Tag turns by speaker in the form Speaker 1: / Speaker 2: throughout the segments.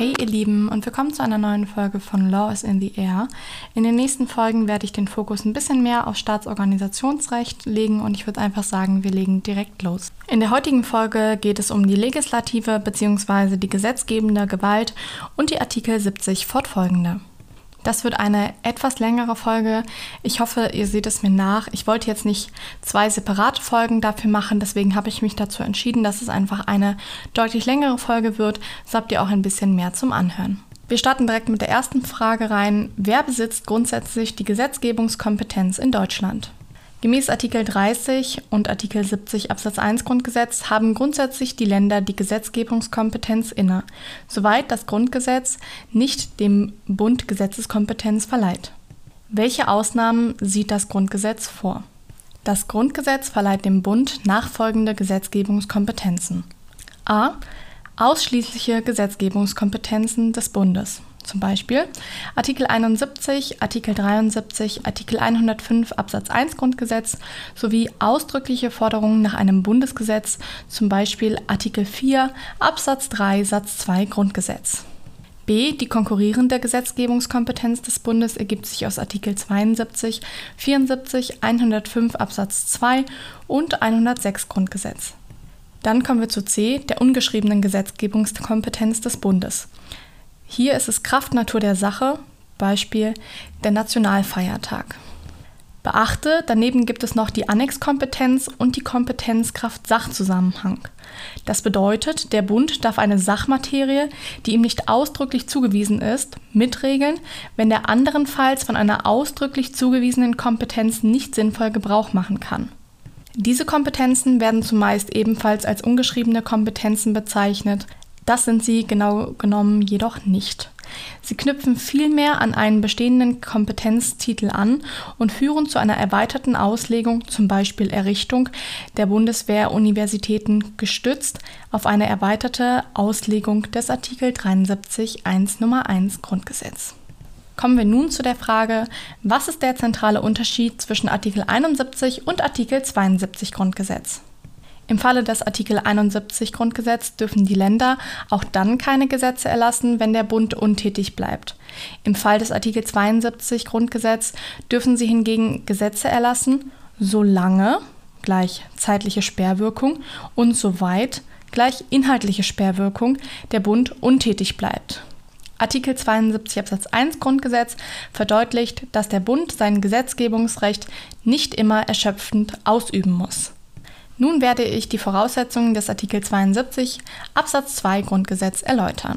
Speaker 1: Hey ihr Lieben und willkommen zu einer neuen Folge von Law is in the Air. In den nächsten Folgen werde ich den Fokus ein bisschen mehr auf Staatsorganisationsrecht legen und ich würde einfach sagen, wir legen direkt los. In der heutigen Folge geht es um die legislative bzw. die gesetzgebende Gewalt und die Artikel 70 fortfolgende. Das wird eine etwas längere Folge. Ich hoffe, ihr seht es mir nach. Ich wollte jetzt nicht 2 separate Folgen dafür machen, deswegen habe ich mich dazu entschieden, dass es einfach eine deutlich längere Folge wird. So habt ihr auch ein bisschen mehr zum Anhören. Wir starten direkt mit der ersten Frage rein. Wer besitzt grundsätzlich die Gesetzgebungskompetenz in Deutschland? Gemäß Artikel 30 und Artikel 70 Absatz 1 Grundgesetz haben grundsätzlich die Länder die Gesetzgebungskompetenz inne, soweit das Grundgesetz nicht dem Bund Gesetzeskompetenz verleiht. Welche Ausnahmen sieht das Grundgesetz vor? Das Grundgesetz verleiht dem Bund nachfolgende Gesetzgebungskompetenzen. A. Ausschließliche Gesetzgebungskompetenzen des Bundes. Zum Beispiel Artikel 71, Artikel 73, Artikel 105 Absatz 1 Grundgesetz sowie ausdrückliche Forderungen nach einem Bundesgesetz, zum Beispiel Artikel 4 Absatz 3 Satz 2 Grundgesetz. B. Die konkurrierende Gesetzgebungskompetenz des Bundes ergibt sich aus Artikel 72, 74, 105 Absatz 2 und 106 Grundgesetz. Dann kommen wir zu C. Der ungeschriebenen Gesetzgebungskompetenz des Bundes. Hier ist es Kraft-Natur der Sache, Beispiel der Nationalfeiertag. Beachte, daneben gibt es noch die Annexkompetenz und die Kompetenz Kraft-Sachzusammenhang. Das bedeutet, der Bund darf eine Sachmaterie, die ihm nicht ausdrücklich zugewiesen ist, mitregeln, wenn der anderenfalls von einer ausdrücklich zugewiesenen Kompetenz nicht sinnvoll Gebrauch machen kann. Diese Kompetenzen werden zumeist ebenfalls als ungeschriebene Kompetenzen bezeichnet. Das sind sie genau genommen jedoch nicht. Sie knüpfen vielmehr an einen bestehenden Kompetenztitel an und führen zu einer erweiterten Auslegung, zum Beispiel Errichtung der Bundeswehr-Universitäten, gestützt auf eine erweiterte Auslegung des Artikel 73 1 Nummer 1 Grundgesetz. Kommen wir nun zu der Frage, was ist der zentrale Unterschied zwischen Artikel 71 und Artikel 72 Grundgesetz? Im Falle des Artikel 71 Grundgesetz dürfen die Länder auch dann keine Gesetze erlassen, wenn der Bund untätig bleibt. Im Fall des Artikel 72 Grundgesetz dürfen sie hingegen Gesetze erlassen, solange gleich zeitliche Sperrwirkung und soweit gleich inhaltliche Sperrwirkung der Bund untätig bleibt. Artikel 72 Absatz 1 Grundgesetz verdeutlicht, dass der Bund sein Gesetzgebungsrecht nicht immer erschöpfend ausüben muss. Nun werde ich die Voraussetzungen des Artikel 72 Absatz 2 Grundgesetz erläutern.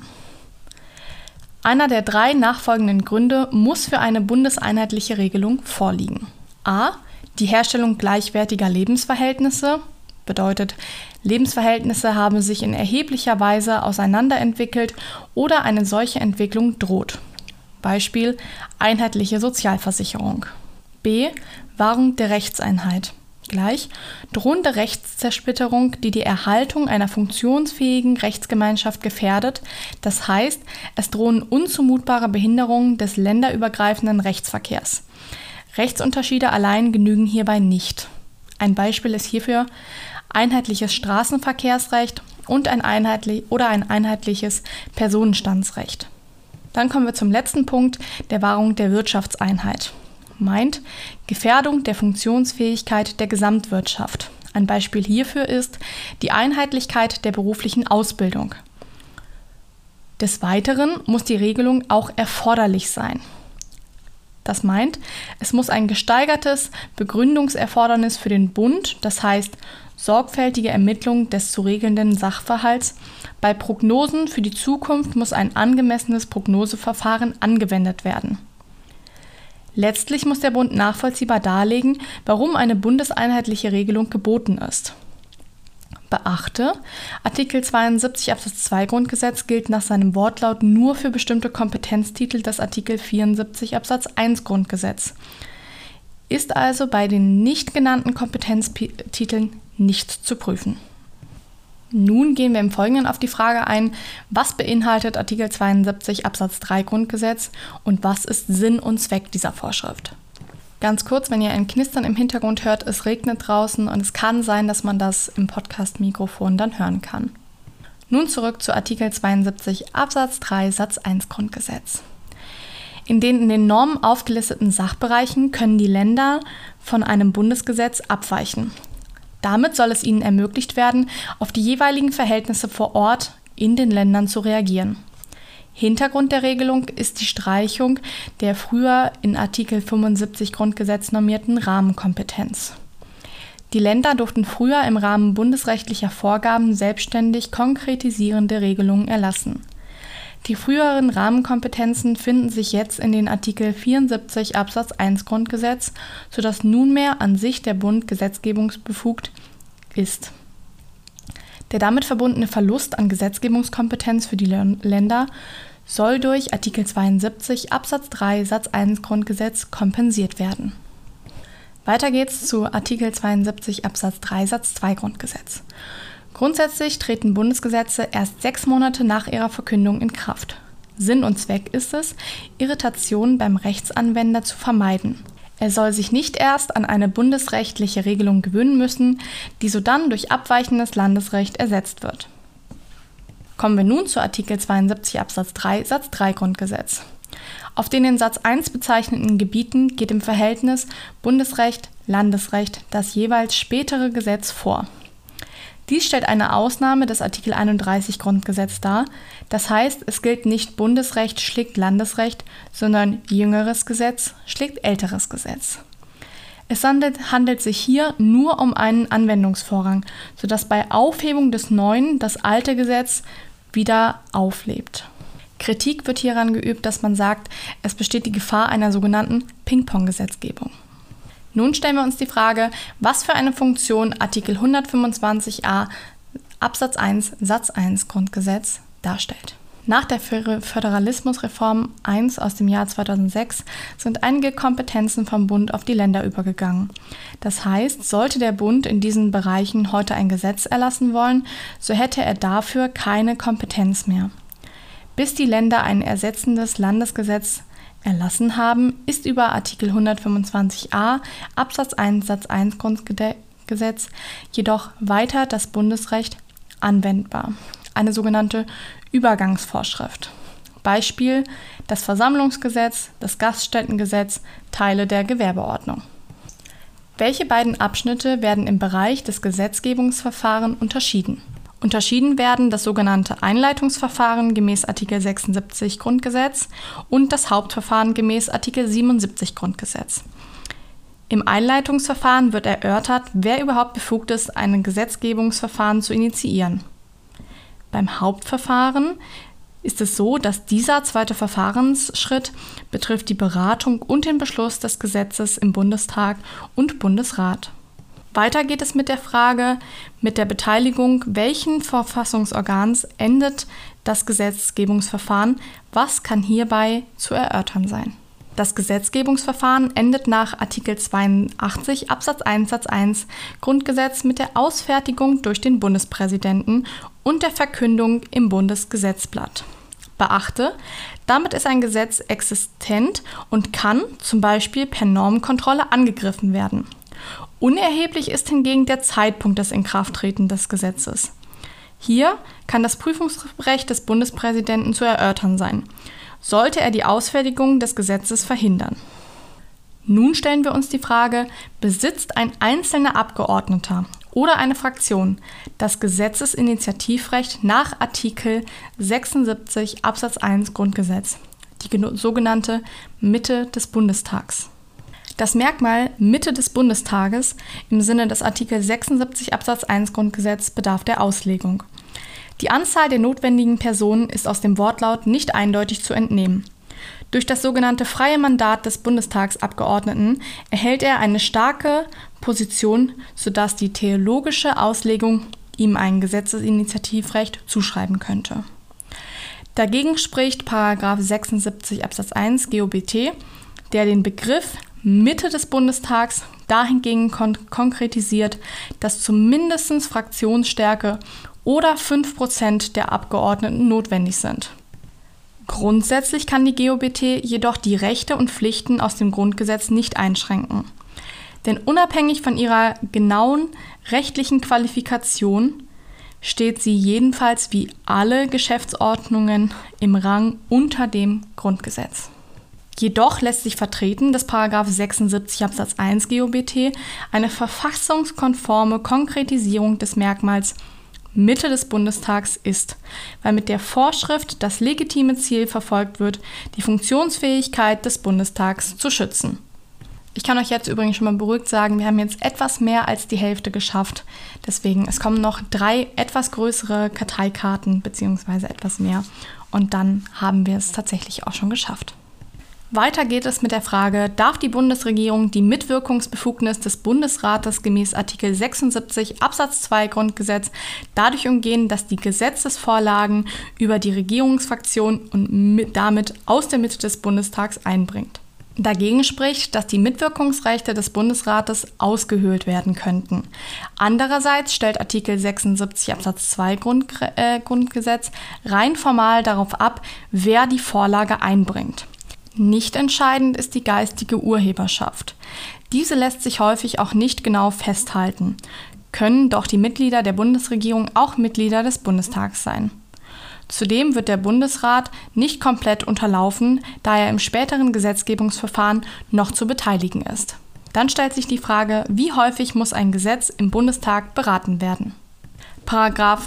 Speaker 1: Einer der 3 nachfolgenden Gründe muss für eine bundeseinheitliche Regelung vorliegen. A. Die Herstellung gleichwertiger Lebensverhältnisse, bedeutet, Lebensverhältnisse haben sich in erheblicher Weise auseinanderentwickelt oder eine solche Entwicklung droht. Beispiel einheitliche Sozialversicherung. B. Wahrung der Rechtseinheit. Gleich drohende Rechtszersplitterung, die die Erhaltung einer funktionsfähigen Rechtsgemeinschaft gefährdet, das heißt, es drohen unzumutbare Behinderungen des länderübergreifenden Rechtsverkehrs. Rechtsunterschiede allein genügen hierbei nicht. Ein Beispiel ist hierfür einheitliches Straßenverkehrsrecht und ein einheitliches Personenstandsrecht. Dann kommen wir zum letzten Punkt, der Wahrung der Wirtschaftseinheit. Meint Gefährdung der Funktionsfähigkeit der Gesamtwirtschaft. Ein Beispiel hierfür ist die Einheitlichkeit der beruflichen Ausbildung. Des Weiteren muss die Regelung auch erforderlich sein. Das meint, es muss ein gesteigertes Begründungserfordernis für den Bund, das heißt sorgfältige Ermittlung des zu regelnden Sachverhalts. Bei Prognosen für die Zukunft muss ein angemessenes Prognoseverfahren angewendet werden. Letztlich muss der Bund nachvollziehbar darlegen, warum eine bundeseinheitliche Regelung geboten ist. Beachte, Artikel 72 Absatz 2 Grundgesetz gilt nach seinem Wortlaut nur für bestimmte Kompetenztitel des Artikel 74 Absatz 1 Grundgesetz. Ist also bei den nicht genannten Kompetenztiteln nicht zu prüfen. Nun gehen wir im Folgenden auf die Frage ein, was beinhaltet Artikel 72 Absatz 3 Grundgesetz und was ist Sinn und Zweck dieser Vorschrift. Ganz kurz, wenn ihr ein Knistern im Hintergrund hört, es regnet draußen und es kann sein, dass man das im Podcast-Mikrofon dann hören kann. Nun zurück zu Artikel 72 Absatz 3 Satz 1 Grundgesetz. In den Normen aufgelisteten Sachbereichen können die Länder von einem Bundesgesetz abweichen. Damit soll es ihnen ermöglicht werden, auf die jeweiligen Verhältnisse vor Ort in den Ländern zu reagieren. Hintergrund der Regelung ist die Streichung der früher in Artikel 75 Grundgesetz normierten Rahmenkompetenz. Die Länder durften früher im Rahmen bundesrechtlicher Vorgaben selbstständig konkretisierende Regelungen erlassen. Die früheren Rahmenkompetenzen finden sich jetzt in den Artikel 74 Absatz 1 Grundgesetz, sodass nunmehr an sich der Bund gesetzgebungsbefugt ist. Der damit verbundene Verlust an Gesetzgebungskompetenz für die Länder soll durch Artikel 72 Absatz 3 Satz 1 Grundgesetz kompensiert werden. Weiter geht's zu Artikel 72 Absatz 3 Satz 2 Grundgesetz. Grundsätzlich treten Bundesgesetze erst 6 Monate nach ihrer Verkündung in Kraft. Sinn und Zweck ist es, Irritationen beim Rechtsanwender zu vermeiden. Er soll sich nicht erst an eine bundesrechtliche Regelung gewöhnen müssen, die sodann durch abweichendes Landesrecht ersetzt wird. Kommen wir nun zu Artikel 72 Absatz 3 Satz 3 Grundgesetz. Auf den in Satz 1 bezeichneten Gebieten geht im Verhältnis Bundesrecht, Landesrecht das jeweils spätere Gesetz vor. Dies stellt eine Ausnahme des Artikel 31 Grundgesetz dar, das heißt, es gilt nicht Bundesrecht schlägt Landesrecht, sondern jüngeres Gesetz schlägt älteres Gesetz. Es handelt sich hier nur um einen Anwendungsvorrang, sodass bei Aufhebung des neuen das alte Gesetz wieder auflebt. Kritik wird hieran geübt, dass man sagt, es besteht die Gefahr einer sogenannten Ping-Pong-Gesetzgebung. Nun stellen wir uns die Frage, was für eine Funktion Artikel 125a Absatz 1 Satz 1 Grundgesetz darstellt. Nach der Föderalismusreform 1 aus dem Jahr 2006 sind einige Kompetenzen vom Bund auf die Länder übergegangen. Das heißt, sollte der Bund in diesen Bereichen heute ein Gesetz erlassen wollen, so hätte er dafür keine Kompetenz mehr. Bis die Länder ein ersetzendes Landesgesetz erlassen haben, ist über Artikel 125a Absatz 1 Satz 1 Grundgesetz jedoch weiter das Bundesrecht anwendbar, eine sogenannte Übergangsvorschrift. Beispiel das Versammlungsgesetz, das Gaststättengesetz, Teile der Gewerbeordnung. Welche beiden Abschnitte werden im Bereich des Gesetzgebungsverfahrens unterschieden? Unterschieden werden das sogenannte Einleitungsverfahren gemäß Artikel 76 Grundgesetz und das Hauptverfahren gemäß Artikel 77 Grundgesetz. Im Einleitungsverfahren wird erörtert, wer überhaupt befugt ist, ein Gesetzgebungsverfahren zu initiieren. Beim Hauptverfahren ist es so, dass dieser zweite Verfahrensschritt betrifft die Beratung und den Beschluss des Gesetzes im Bundestag und Bundesrat. Weiter geht es mit der Frage, mit der Beteiligung welchen Verfassungsorgans endet das Gesetzgebungsverfahren, was kann hierbei zu erörtern sein. Das Gesetzgebungsverfahren endet nach Artikel 82 Absatz 1 Satz 1 Grundgesetz mit der Ausfertigung durch den Bundespräsidenten und der Verkündung im Bundesgesetzblatt. Beachte, damit ist ein Gesetz existent und kann zum Beispiel per Normenkontrolle angegriffen werden. Unerheblich ist hingegen der Zeitpunkt des Inkrafttretens des Gesetzes. Hier kann das Prüfungsrecht des Bundespräsidenten zu erörtern sein, sollte er die Ausfertigung des Gesetzes verhindern. Nun stellen wir uns die Frage, besitzt ein einzelner Abgeordneter oder eine Fraktion das Gesetzesinitiativrecht nach Artikel 76 Absatz 1 Grundgesetz, die sogenannte Mitte des Bundestags. Das Merkmal Mitte des Bundestages im Sinne des Artikel 76 Absatz 1 Grundgesetz bedarf der Auslegung. Die Anzahl der notwendigen Personen ist aus dem Wortlaut nicht eindeutig zu entnehmen. Durch das sogenannte freie Mandat des Bundestagsabgeordneten erhält er eine starke Position, sodass die theologische Auslegung ihm ein Gesetzesinitiativrecht zuschreiben könnte. Dagegen spricht § 76 Absatz 1 GOBT, der den Begriff Mitte des Bundestags dahingehend konkretisiert, dass zumindest Fraktionsstärke oder 5% der Abgeordneten notwendig sind. Grundsätzlich kann die GOBT jedoch die Rechte und Pflichten aus dem Grundgesetz nicht einschränken. Denn unabhängig von ihrer genauen rechtlichen Qualifikation steht sie jedenfalls wie alle Geschäftsordnungen im Rang unter dem Grundgesetz. Jedoch lässt sich vertreten, dass § 76 Absatz 1 GOBT eine verfassungskonforme Konkretisierung des Merkmals Mitte des Bundestags ist, weil mit der Vorschrift das legitime Ziel verfolgt wird, die Funktionsfähigkeit des Bundestags zu schützen. Ich kann euch jetzt übrigens schon mal beruhigt sagen, wir haben jetzt etwas mehr als die Hälfte geschafft. Deswegen, es kommen noch 3 etwas größere Karteikarten bzw. etwas mehr und dann haben wir es tatsächlich auch schon geschafft. Weiter geht es mit der Frage, darf die Bundesregierung die Mitwirkungsbefugnis des Bundesrates gemäß Artikel 76 Absatz 2 Grundgesetz dadurch umgehen, dass die Gesetzesvorlagen über die Regierungsfraktion und damit aus der Mitte des Bundestags einbringt. Dagegen spricht, dass die Mitwirkungsrechte des Bundesrates ausgehöhlt werden könnten. Andererseits stellt Artikel 76 Absatz 2 Grundgesetz rein formal darauf ab, wer die Vorlage einbringt. Nicht entscheidend ist die geistige Urheberschaft. Diese lässt sich häufig auch nicht genau festhalten, können doch die Mitglieder der Bundesregierung auch Mitglieder des Bundestags sein. Zudem wird der Bundesrat nicht komplett unterlaufen, da er im späteren Gesetzgebungsverfahren noch zu beteiligen ist. Dann stellt sich die Frage, wie häufig muss ein Gesetz im Bundestag beraten werden? §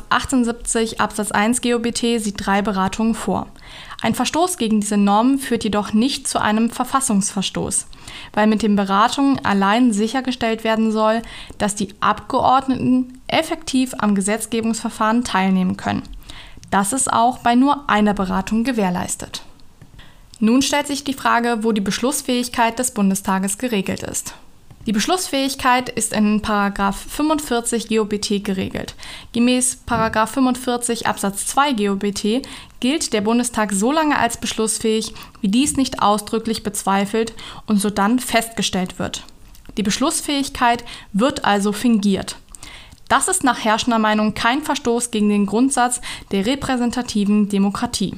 Speaker 1: 78 Absatz 1 GOBT sieht 3 Beratungen vor. Ein Verstoß gegen diese Normen führt jedoch nicht zu einem Verfassungsverstoß, weil mit den Beratungen allein sichergestellt werden soll, dass die Abgeordneten effektiv am Gesetzgebungsverfahren teilnehmen können. Das ist auch bei nur einer Beratung gewährleistet. Nun stellt sich die Frage, wo die Beschlussfähigkeit des Bundestages geregelt ist. Die Beschlussfähigkeit ist in § 45 GOBT geregelt. Gemäß § 45 Absatz 2 GOBT gilt der Bundestag so lange als beschlussfähig, wie dies nicht ausdrücklich bezweifelt und sodann festgestellt wird. Die Beschlussfähigkeit wird also fingiert. Das ist nach herrschender Meinung kein Verstoß gegen den Grundsatz der repräsentativen Demokratie.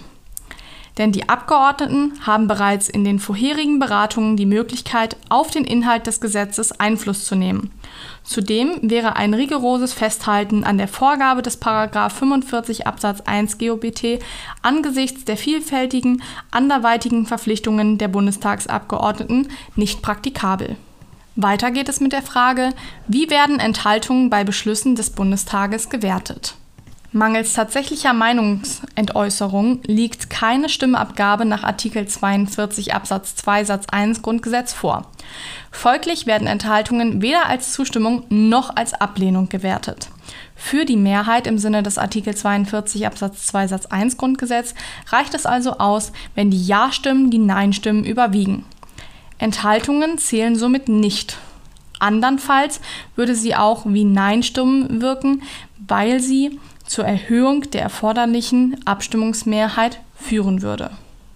Speaker 1: Denn die Abgeordneten haben bereits in den vorherigen Beratungen die Möglichkeit, auf den Inhalt des Gesetzes Einfluss zu nehmen. Zudem wäre ein rigoroses Festhalten an der Vorgabe des § 45 Absatz 1 GOBT angesichts der vielfältigen, anderweitigen Verpflichtungen der Bundestagsabgeordneten nicht praktikabel. Weiter geht es mit der Frage, wie werden Enthaltungen bei Beschlüssen des Bundestages gewertet? Mangels tatsächlicher Meinungsentäußerung liegt keine Stimmabgabe nach Artikel 42 Absatz 2 Satz 1 Grundgesetz vor. Folglich werden Enthaltungen weder als Zustimmung noch als Ablehnung gewertet. Für die Mehrheit im Sinne des Artikel 42 Absatz 2 Satz 1 Grundgesetz reicht es also aus, wenn die Ja-Stimmen die Nein-Stimmen überwiegen. Enthaltungen zählen somit nicht. Andernfalls würde sie auch wie Nein-Stimmen wirken, weil sie zur Erhöhung der erforderlichen Abstimmungsmehrheit führen würde.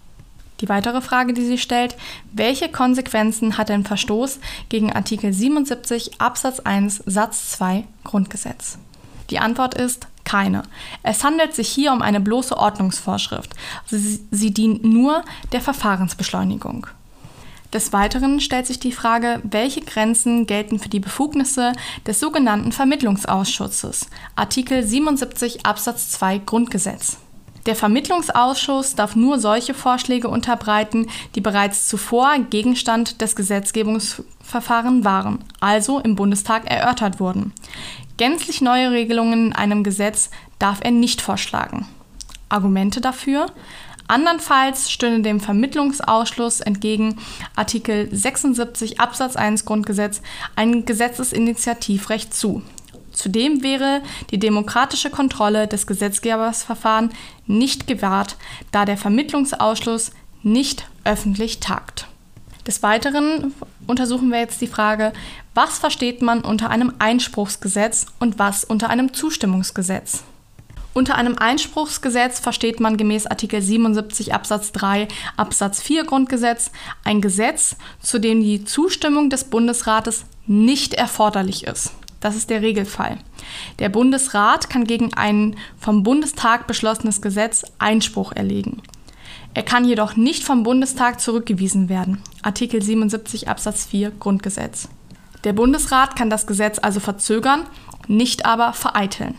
Speaker 1: Die weitere Frage, die sie stellt, welche Konsequenzen hat ein Verstoß gegen Artikel 77 Absatz 1 Satz 2 Grundgesetz? Die Antwort ist keine. Es handelt sich hier um eine bloße Ordnungsvorschrift. Sie dient nur der Verfahrensbeschleunigung. Des Weiteren stellt sich die Frage, welche Grenzen gelten für die Befugnisse des sogenannten Vermittlungsausschusses, Artikel 77 Absatz 2 Grundgesetz. Der Vermittlungsausschuss darf nur solche Vorschläge unterbreiten, die bereits zuvor Gegenstand des Gesetzgebungsverfahrens waren, also im Bundestag erörtert wurden. Gänzlich neue Regelungen in einem Gesetz darf er nicht vorschlagen. Argumente dafür: Andernfalls stünde dem Vermittlungsausschluss entgegen Artikel 76 Absatz 1 Grundgesetz ein Gesetzesinitiativrecht zu. Zudem wäre die demokratische Kontrolle des Gesetzgebersverfahrens nicht gewahrt, da der Vermittlungsausschuss nicht öffentlich tagt. Des Weiteren untersuchen wir jetzt die Frage, was versteht man unter einem Einspruchsgesetz und was unter einem Zustimmungsgesetz? Unter einem Einspruchsgesetz versteht man gemäß Artikel 77 Absatz 3 Absatz 4 Grundgesetz ein Gesetz, zu dem die Zustimmung des Bundesrates nicht erforderlich ist. Das ist der Regelfall. Der Bundesrat kann gegen ein vom Bundestag beschlossenes Gesetz Einspruch erlegen. Er kann jedoch nicht vom Bundestag zurückgewiesen werden. Artikel 77 Absatz 4 Grundgesetz. Der Bundesrat kann das Gesetz also verzögern, nicht aber vereiteln.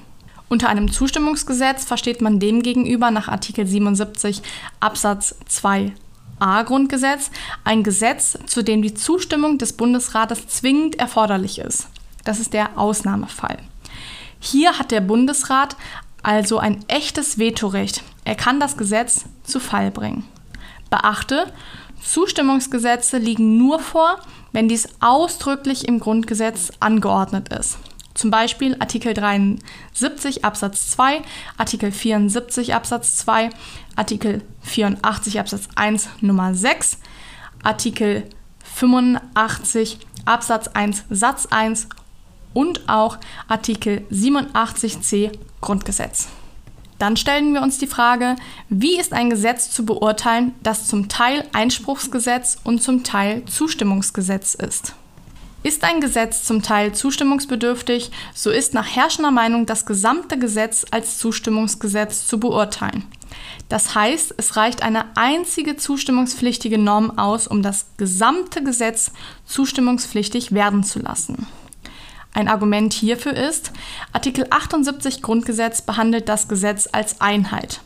Speaker 1: Unter einem Zustimmungsgesetz versteht man demgegenüber nach Artikel 77 Absatz 2a Grundgesetz ein Gesetz, zu dem die Zustimmung des Bundesrates zwingend erforderlich ist. Das ist der Ausnahmefall. Hier hat der Bundesrat also ein echtes Vetorecht. Er kann das Gesetz zu Fall bringen. Beachte, Zustimmungsgesetze liegen nur vor, wenn dies ausdrücklich im Grundgesetz angeordnet ist. Zum Beispiel Artikel 73 Absatz 2, Artikel 74 Absatz 2, Artikel 84 Absatz 1 Nummer 6, Artikel 85 Absatz 1 Satz 1 und auch Artikel 87c Grundgesetz. Dann stellen wir uns die Frage, wie ist ein Gesetz zu beurteilen, das zum Teil Einspruchsgesetz und zum Teil Zustimmungsgesetz ist? Ist ein Gesetz zum Teil zustimmungsbedürftig, so ist nach herrschender Meinung das gesamte Gesetz als Zustimmungsgesetz zu beurteilen. Das heißt, es reicht eine einzige zustimmungspflichtige Norm aus, um das gesamte Gesetz zustimmungspflichtig werden zu lassen. Ein Argument hierfür ist, Artikel 78 Grundgesetz behandelt das Gesetz als Einheit.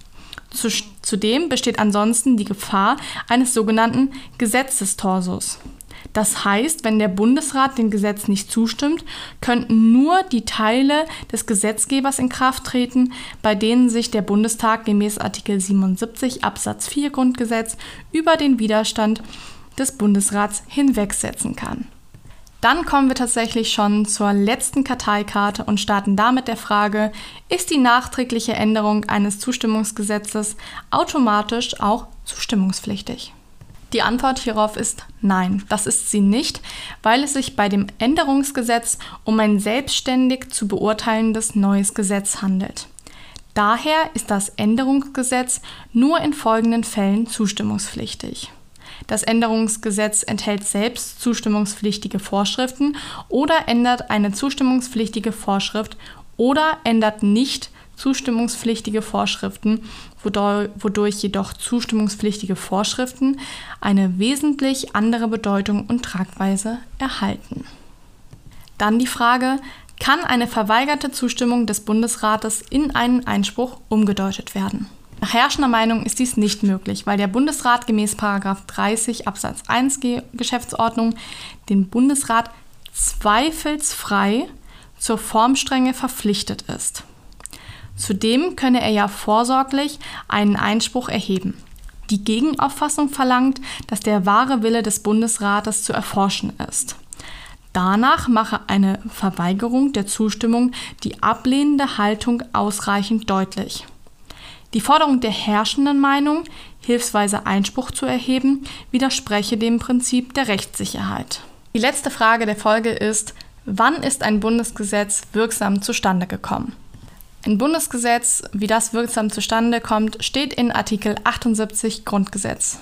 Speaker 1: Zudem besteht ansonsten die Gefahr eines sogenannten Gesetzestorsos. Das heißt, wenn der Bundesrat dem Gesetz nicht zustimmt, könnten nur die Teile des Gesetzgebers in Kraft treten, bei denen sich der Bundestag gemäß Artikel 77 Absatz 4 Grundgesetz über den Widerstand des Bundesrats hinwegsetzen kann. Dann kommen wir tatsächlich schon zur letzten Karteikarte und starten damit der Frage, ist die nachträgliche Änderung eines Zustimmungsgesetzes automatisch auch zustimmungspflichtig? Die Antwort hierauf ist nein, das ist sie nicht, weil es sich bei dem Änderungsgesetz um ein selbstständig zu beurteilendes neues Gesetz handelt. Daher ist das Änderungsgesetz nur in folgenden Fällen zustimmungspflichtig. Das Änderungsgesetz enthält selbst zustimmungspflichtige Vorschriften oder ändert eine zustimmungspflichtige Vorschrift oder ändert nicht zustimmungspflichtige Vorschriften, wodurch jedoch zustimmungspflichtige Vorschriften eine wesentlich andere Bedeutung und Tragweise erhalten. Dann die Frage, kann eine verweigerte Zustimmung des Bundesrates in einen Einspruch umgedeutet werden? Nach herrschender Meinung ist dies nicht möglich, weil der Bundesrat gemäß § 30 Absatz 1 Geschäftsordnung den Bundesrat zweifelsfrei zur Formstrenge verpflichtet ist. Zudem könne er ja vorsorglich einen Einspruch erheben. Die Gegenauffassung verlangt, dass der wahre Wille des Bundesrates zu erforschen ist. Danach mache eine Verweigerung der Zustimmung die ablehnende Haltung ausreichend deutlich. Die Forderung der herrschenden Meinung, hilfsweise Einspruch zu erheben, widerspreche dem Prinzip der Rechtssicherheit. Die letzte Frage der Folge ist, wann ist ein Bundesgesetz wirksam zustande gekommen? Ein Bundesgesetz, wie das wirksam zustande kommt, steht in Artikel 78 Grundgesetz.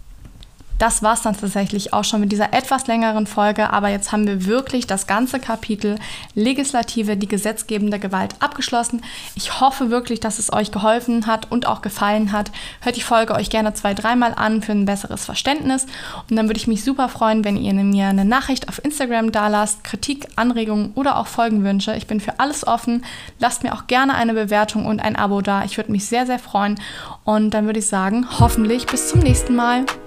Speaker 1: Das war es dann tatsächlich auch schon mit dieser etwas längeren Folge, aber jetzt haben wir wirklich das ganze Kapitel Legislative, die gesetzgebende Gewalt abgeschlossen. Ich hoffe wirklich, dass es euch geholfen hat und auch gefallen hat. Hört die Folge euch gerne 2-3 Mal an für ein besseres Verständnis und dann würde ich mich super freuen, wenn ihr mir eine Nachricht auf Instagram dalasst, Kritik, Anregungen oder auch Folgenwünsche. Ich bin für alles offen. Lasst mir auch gerne eine Bewertung und ein Abo da. Ich würde mich sehr, sehr freuen und dann würde ich sagen, hoffentlich bis zum nächsten Mal.